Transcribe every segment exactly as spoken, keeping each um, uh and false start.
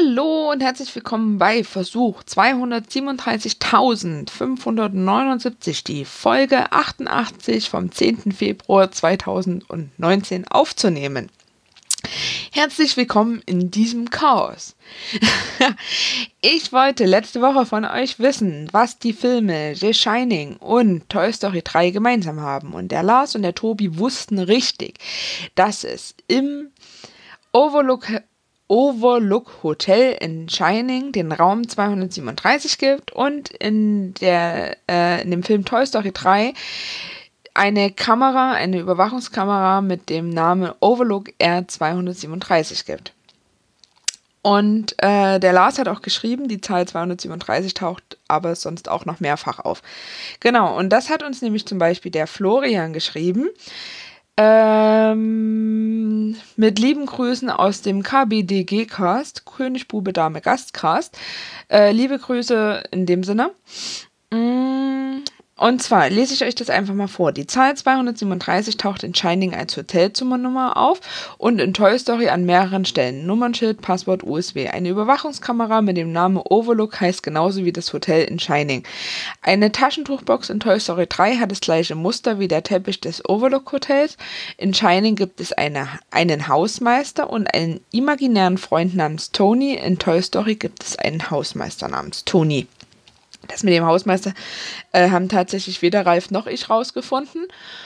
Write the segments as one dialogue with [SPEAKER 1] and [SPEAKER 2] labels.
[SPEAKER 1] Hallo und herzlich willkommen bei Versuch zweihundertsiebenunddreißigtausendfünfhundertneunundsiebzig, die Folge achtundachtzig vom zehnten Februar zweitausendneunzehn aufzunehmen. Herzlich willkommen in diesem Chaos. Ich wollte letzte Woche von euch wissen, was die Filme The Shining und Toy Story drei gemeinsam haben. Und der Lars und der Tobi wussten richtig, dass es im Overlook Overlook Hotel in Shining den Raum zweihundertsiebenunddreißig gibt und in, der, äh, in dem Film Toy Story drei eine Kamera, eine Überwachungskamera mit dem Namen Overlook R zweihundertsiebenunddreißig gibt. Und äh, der Lars hat auch geschrieben, die Zahl zweihundertsiebenunddreißig taucht aber sonst auch noch mehrfach auf. Genau, und das hat uns nämlich zum Beispiel der Florian geschrieben. Ähm, mit lieben Grüßen aus dem K B D G-Cast, König, Bube, Dame, Gastcast. Äh, liebe Grüße in dem Sinne. Mm, und zwar lese ich euch das einfach mal vor. Die Zahl zweihundertsiebenunddreißig taucht in Shining als Hotelzimmernummer auf und in Toy Story an mehreren Stellen. Nummernschild, Passwort, U S B. Eine Überwachungskamera mit dem Namen Overlook heißt genauso wie das Hotel in Shining. Eine Taschentuchbox in Toy Story drei hat das gleiche Muster wie der Teppich des Overlook Hotels. In Shining gibt es eine, einen Hausmeister und einen imaginären Freund namens Tony. In Toy Story gibt es einen Hausmeister namens Tony. Das mit dem Hausmeister äh, haben tatsächlich weder Ralf noch ich rausgefunden.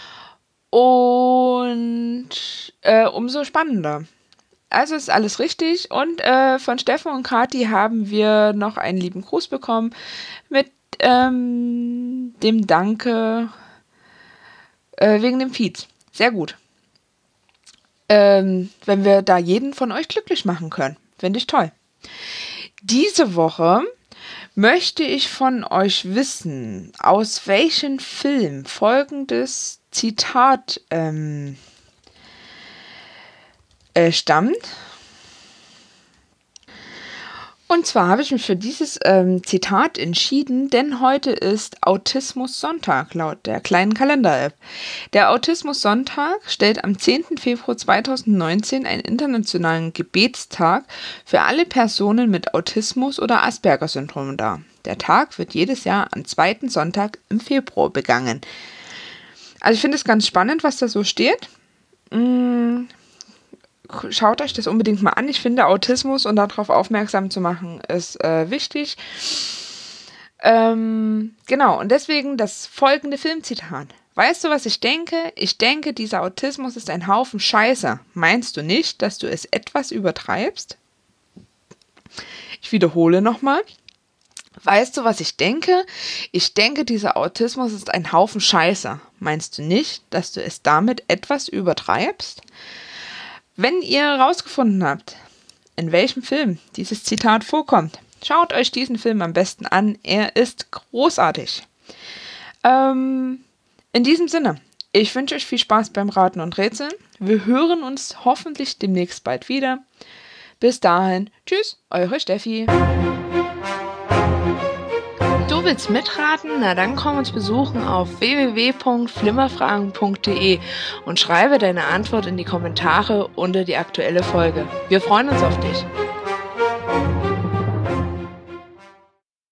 [SPEAKER 1] Und äh, umso spannender. Also ist alles richtig. Und äh, von Steffen und Kathi haben wir noch einen lieben Gruß bekommen mit ähm, dem Danke äh, wegen dem Feeds. Sehr gut. Ähm, wenn wir da jeden von euch glücklich machen können. Finde ich toll. Diese Woche möchte ich von euch wissen, aus welchem Film folgendes Zitat ähm, äh, stammt. Und zwar habe ich mich für dieses ähm, Zitat entschieden, denn heute ist Autismus-Sonntag laut der kleinen Kalender-App. Der Autismus-Sonntag stellt am zehnten Februar zweitausendneunzehn einen internationalen Gebetstag für alle Personen mit Autismus oder Asperger-Syndrom dar. Der Tag wird jedes Jahr am zweiten Sonntag im Februar begangen. Also ich finde es ganz spannend, was da so steht. Mmh. Schaut euch das unbedingt mal an. Ich finde, Autismus und darauf aufmerksam zu machen, ist äh, wichtig. Ähm, genau, und deswegen das folgende Filmzitat. Weißt du, was ich denke? Ich denke, dieser Autismus ist ein Haufen Scheiße. Meinst du nicht, dass du es etwas übertreibst? Ich wiederhole nochmal. Weißt du, was ich denke? Ich denke, dieser Autismus ist ein Haufen Scheiße. Meinst du nicht, dass du es damit etwas übertreibst? Wenn ihr herausgefunden habt, in welchem Film dieses Zitat vorkommt, schaut euch diesen Film am besten an. Er ist großartig. Ähm, in diesem Sinne, ich wünsche euch viel Spaß beim Raten und Rätseln. Wir hören uns hoffentlich demnächst bald wieder. Bis dahin, tschüss, eure Steffi. Du willst mitraten? Na dann komm uns besuchen auf w w w punkt flimmerfragen punkt d e und schreibe deine Antwort in die Kommentare unter die aktuelle Folge. Wir freuen uns auf dich.